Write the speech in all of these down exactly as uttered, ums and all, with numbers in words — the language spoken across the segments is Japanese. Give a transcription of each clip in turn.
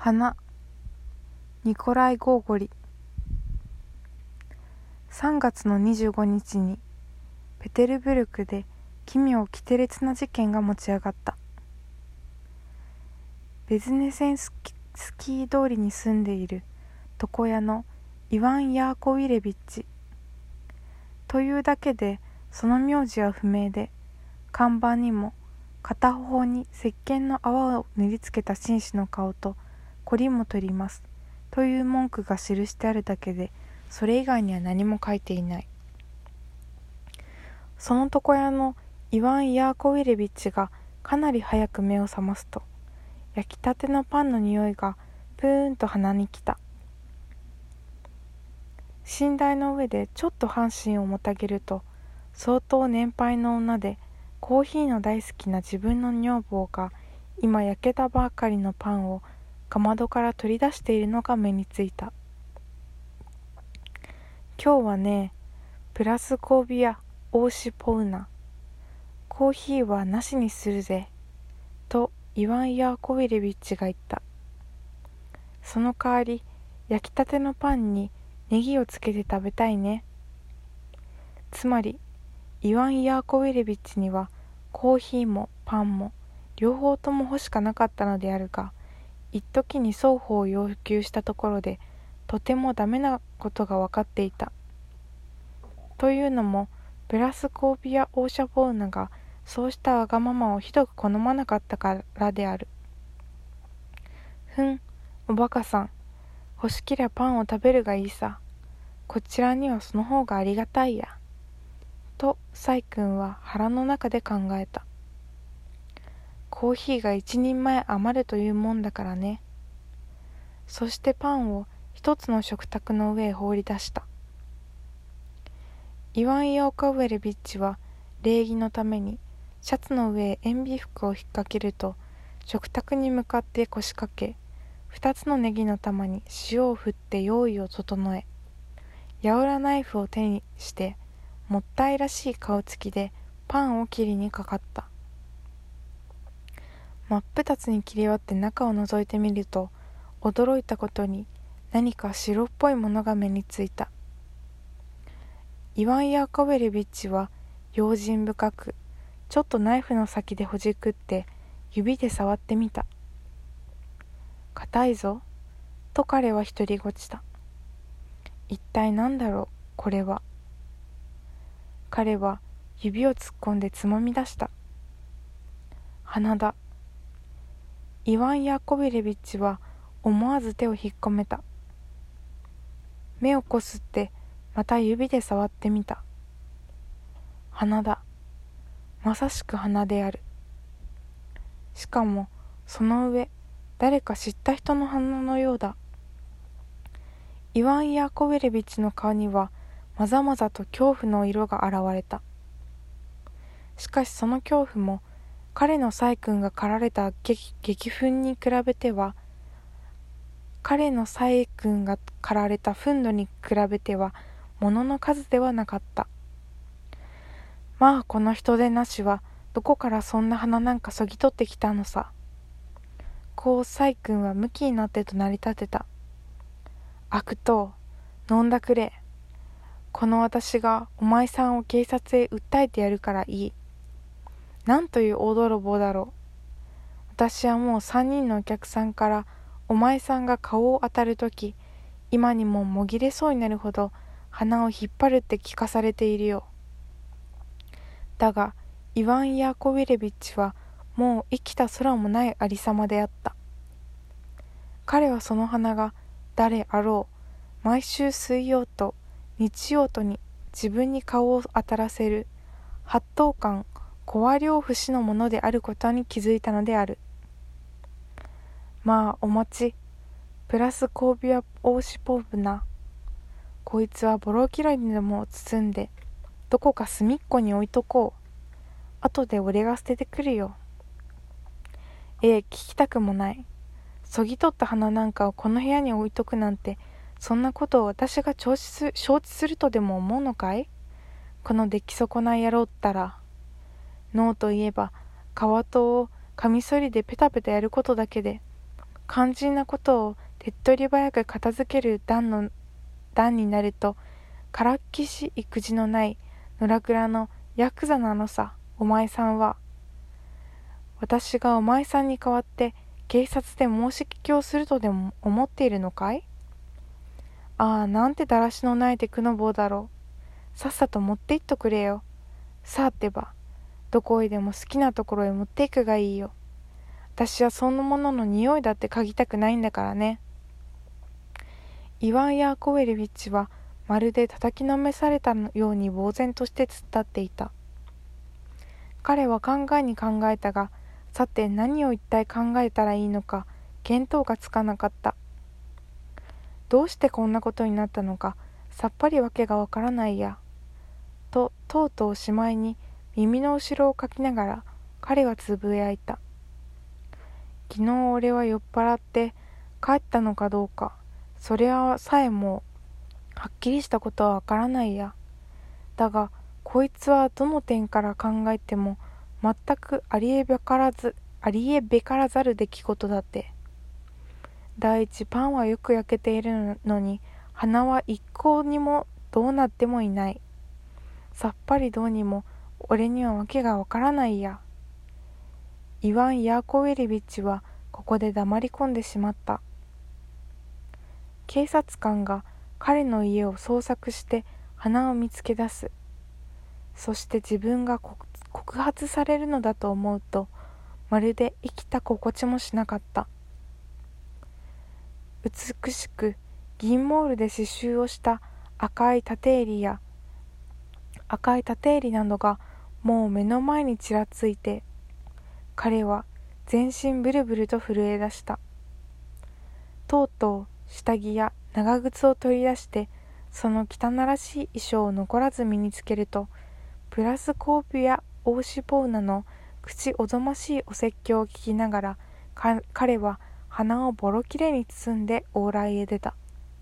花、ニコライ・ゴーゴリ。さんがつのにじゅうごにちにペテルブルクで奇妙奇天烈な事件が持ち上がった。ベズネセンスキー通りに住んでいる床屋のイワン・ヤーコウィレビッチというだけでその名字は不明で、看板にも片頬に石鹸の泡を塗りつけた紳士の顔と凝りも取りますという文句が記してあるだけで、それ以外には何も書いていない。その床屋のイワン・ヤーコウィレビッチがかなり早く目を覚ますと、焼きたてのパンの匂いがプーンと鼻にきた。寝台の上でちょっと半身をもたげると、相当年配の女でコーヒーの大好きな自分の女房が今焼けたばかりのパンをかまどから取り出しているのが目についた。今日はね、プラスコービア・オーシポウナ、コーヒーはなしにするぜ、とイワン・ヤーコウィレビッチが言った。その代わり、焼きたてのパンにネギをつけて食べたいね。つまり、イワン・ヤーコウィレビッチにはコーヒーもパンも両方とも欲しかなかったのであるが、一時に双方を要求したところでとてもダメなことが分かっていた。というのもプラスコービア・オーシャポウナがそうしたわがままをひどく好まなかったからである。ふん、おバカさん、欲しけりゃパンを食べるがいいさ。こちらにはその方がありがたいや。とサイ君は腹の中で考えた。コーヒーが一人前余るというもんだからね。そしてパンを一つの食卓の上へ放り出した。イワン・ヤーコウィレビッチは礼儀のためにシャツの上へ塩ビ服を引っ掛けると、食卓に向かって腰掛け、二つのネギの玉に塩を振って用意を整え、やわらナイフを手にしてもったいらしい顔つきでパンを切りにかかった。真っ二つに切り割って中を覗いてみると、驚いたことに何か白っぽいものが目についた。イワン・ヤーコウィレビッチは用心深くちょっとナイフの先でほじくって指で触ってみた。硬いぞ、と彼は独りごちた。一体何だろう、これは。彼は指を突っ込んでつまみ出した。鼻だ。イワン・ヤーコウィレビッチは思わず手を引っ込めた。目をこすってまた指で触ってみた。鼻だ。まさしく鼻である。しかもその上、誰か知った人の鼻のようだ。イワン・ヤーコウィレビッチの顔にはまざまざと恐怖の色が現れた。しかしその恐怖も彼のサイ君が狩られた激憤に比べては、彼のサイ君が狩られた憤怒に比べてはものの数ではなかった。まあこの人でなしはどこからそんな花なんかそぎ取ってきたのさ。こうサイ君はムキになってと成り立てた。悪党、飲んだくれ。この私がお前さんを警察へ訴えてやるからいい。なんという大泥棒だろう。私はもう三人のお客さんからお前さんが顔を当たるとき、今にももぎれそうになるほど鼻を引っ張るって聞かされているよ。だがイワン・ヤーコウィレビッチはもう生きた空もないありさまであった。彼はその花が誰あろう、毎週水曜と日曜とに自分に顔を当たらせる八頭間コア両節のものであることに気づいたのである。まあお待ち、プラスコービア・オーシポブナ。こいつはボロキラにでも包んでどこか隅っこに置いとこう。後で俺が捨ててくるよ。ええ、聞きたくもない。そぎ取った花なんかをこの部屋に置いとくなんて、そんなことを私が承知す、承知するとでも思うのかい？この出来損ない野郎ったら。ノーといえば、皮とをカミソリでペタペタやることだけで、 肝心なことを手っ取り早く片付ける段の段になると、からっきしい口のない野良倉のヤクザなのさ、お前さんは。私がお前さんに代わって警察で申し聞きをするとでも思っているのかい？ああ、なんてだらしのない手くの棒だろう。さっさと持って行っとくれよ。さあってば、どこへでも好きなところへ持っていくがいいよ。私はそのものの匂いだって嗅ぎたくないんだからね。イワン・ヤーコヴェレビッチはまるで叩きのめされたように呆然として突っ立っていた。彼は考えに考えたが、さて何を一体考えたらいいのか見当がつかなかった。どうしてこんなことになったのかさっぱりわけがわからないや。ととうとうしまいに耳の後ろをかきながら彼はつぶやいた。昨日俺は酔っ払って帰ったのかどうか、それはさえもはっきりしたことはわからないや。だがこいつはどの点から考えても全くありえべからずありえべからざる出来事だって。第一、パンはよく焼けているのに鼻は一向にもどうなってもいない。さっぱりどうにも俺にはわけがわからないや。イワン・ヤーコヴェレビッチはここで黙り込んでしまった。警察官が彼の家を捜索して鼻を見つけ出す。そして自分が告発されるのだと思うと、まるで生きた心地もしなかった。美しく銀モールで刺繍をした赤い縦襟や赤い縦襟などがもう目の前にちらついて、彼は全身ブルブルと震え出した。とうとう下着や長靴を取り出して、その汚らしい衣装を残らず身につけると、プラスコーピュやオーシポウナの口おぞましいお説教を聞きながら、彼は鼻をボロきれに包んで往来へ出た。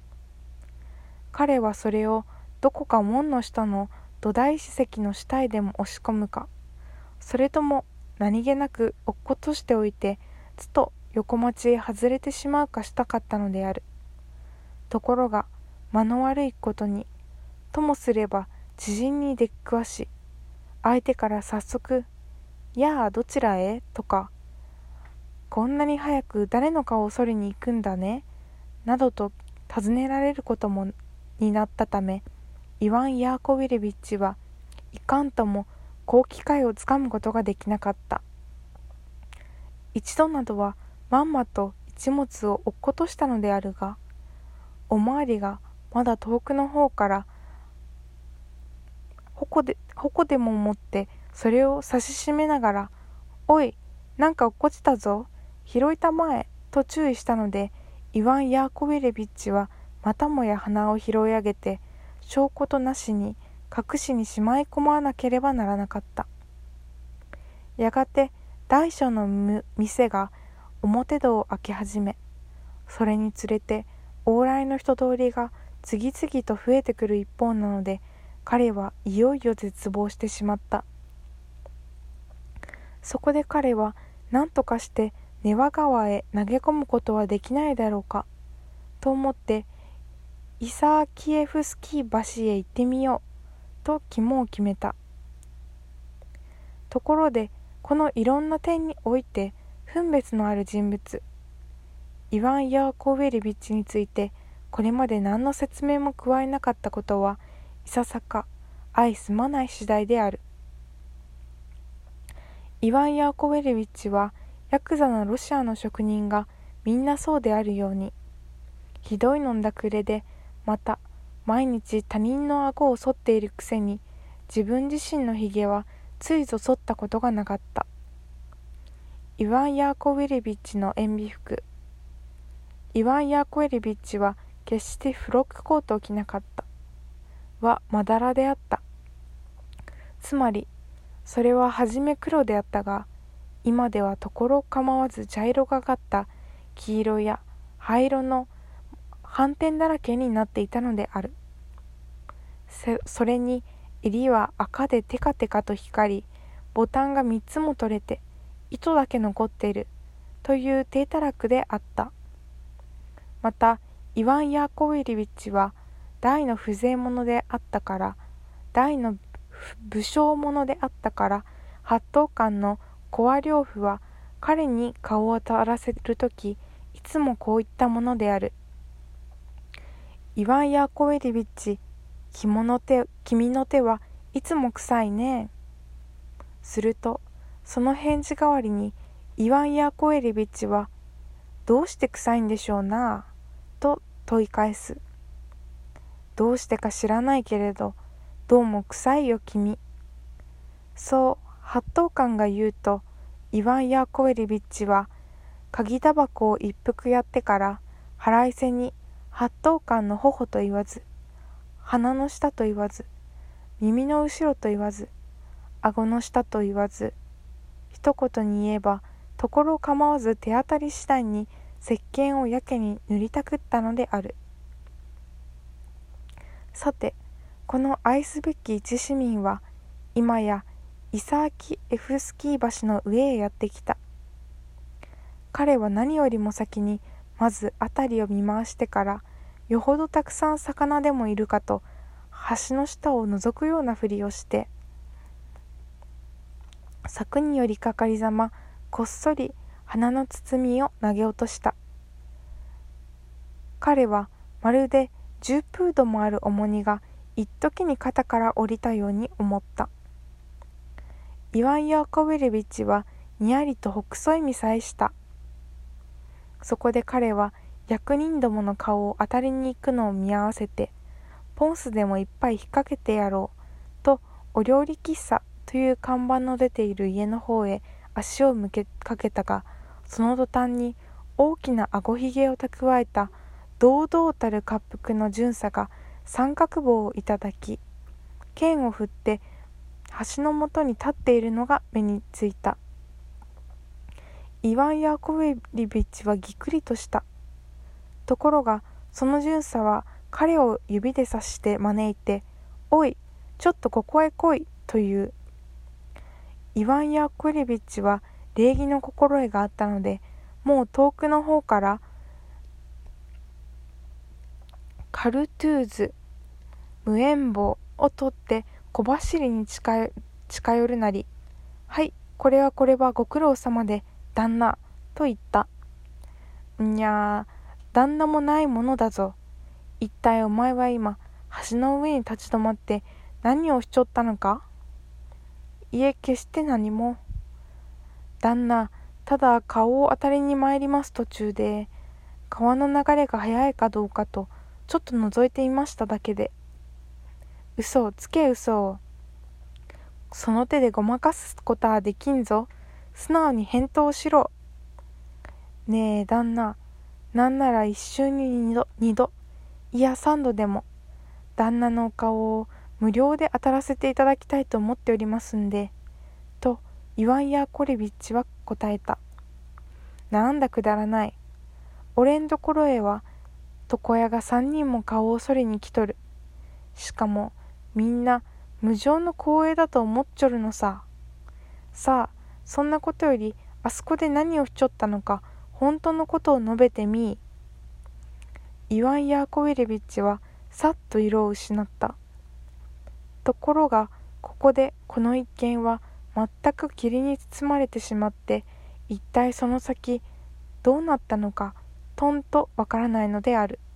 彼はそれをどこか門の下の土台史跡の下へでも押し込むか、それとも何気なく落っことしておいてつと横町へ外れてしまうかしたかったのである。ところが間の悪いことに、ともすれば知人に出くわし、相手から早速「やあどちらへ?」とか「こんなに早く誰の顔を剃りに行くんだね?」などと尋ねられることもになったため、イワン・ヤーコヴェレビッチはいかんとも好機会をつかむことができなかった。一度などはまんまと一物を落っことしたのであるが、おまわりがまだ遠くの方から矛で矛でも持ってそれを指ししめながら「おい、なんか落っこちたぞ、拾いたまえ」と注意したので、イワン・ヤーコヴェレビッチはまたもや鼻を拾い上げて証拠となしに隠しにしまい込まなければならなかった。やがて大小の店が表戸を開け始め、それにつれて往来の人通りが次々と増えてくる一方なので、彼はいよいよ絶望してしまった。そこで彼は何とかしてネワ川へ投げ込むことはできないだろうかと思って、イサーキエフスキー橋へ行ってみようと肝を決めた。ところでこのいろんな点において分別のある人物、イワン・ヤーコヴェレビッチについてこれまで何の説明も加えなかったことはいささか相すまない次第である。イワン・ヤーコヴェレビッチはヤクザのロシアの職人がみんなそうであるように、ひどい飲んだくれで、また毎日他人の顎を剃っているくせに、自分自身のひげはついぞ剃ったことがなかった。イワン・ヤーコヴェレビッチの塩ビ服。イワン・ヤーコヴェレビッチは決してフロックコートを着なかった。はまだらであった。つまりそれははじめ黒であったが、今ではところ構わず茶色がかった黄色や灰色の斑点だらけになっていたのである。それに襟は赤でテカテカと光り、ボタンがみっつも取れて糸だけ残っているという体たらくであった。 またイワン・ヤーコベリビッチは大の風情者であったから大の武将者であったから八頭間のコア領夫は彼に顔をたらせるときいつもこういったものである。イワン・ヤーコベリビッチ、君の手、君の手はいつも臭いね。するとその返事代わりにイワン・ヤーコベリビッチはどうして臭いんでしょうなと問い返す。どうしてか知らないけれどどうも臭いよ君。そう八頭間が言うとイワン・ヤーコベリビッチは鍵タバコを一服やってから腹いせに八頭間の頬と言わず鼻の下と言わず耳の後ろと言わず顎の下と言わず一言に言えばところを構わず手当たり次第に石鹸をやけに塗りたくったのである。さてこの愛すべき一市民は今やイサーキ・エフスキー橋の上へやってきた。彼は何よりも先にまず辺りを見回してからよほどたくさん魚でもいるかと橋の下を覗くようなふりをして柵に寄りかかりざまこっそり花の包みを投げ落とした。彼はまるでじゅうプードもある重荷が一時に肩から降りたように思った。イワン・ヤーコベリビッチはにやりとほくそ笑みさえした。そこで彼は役人どもの顔を当たりに行くのを見合わせてポンスでもいっぱい引っ掛けてやろうとお料理喫茶という看板の出ている家の方へ足を向けかけたがその途端に大きなあごひげを蓄えた堂々たる滑腹の巡査が三角棒をいただき剣を振って橋のもとに立っているのが目についた。イワン・ヤーコベリビッチはぎっくりとした。ところがその巡査は彼を指でさして招いて「おいちょっとここへ来い」という。イワン・ヤーコベリビッチは礼儀の心得があったのでもう遠くの方からカルトゥーズ無縁棒を取って小走りに近近寄るなり「はいこれはこれはご苦労様で旦那」と言った。んや旦那もないものだぞ。一体お前は今橋の上に立ち止まって何をしちょったのか。いえ決して何も。旦那ただ顔を当たりに参ります途中で川の流れが速いかどうかとちょっと覗いていましただけで。嘘をつけ嘘を。その手でごまかすことはできんぞ。素直に返答しろ。ねえ旦那、なんなら一瞬に二度、二度、いや三度でも旦那のお顔を無料で当たらせていただきたいと思っておりますんで、とイワン・ヤーコレビッチは答えた。なんだくだらない。俺んところへは床屋が三人も顔をそりに来とる。しかもみんな無情の光栄だと思っちょるのさ。さあそんなことよりあそこで何をしちょったのか本当のことを述べてみい。イワン・ヤーコベリビッチはさっと色を失った。ところがここでこの一件は全く霧に包まれてしまって一体その先どうなったのかとんとわからないのである。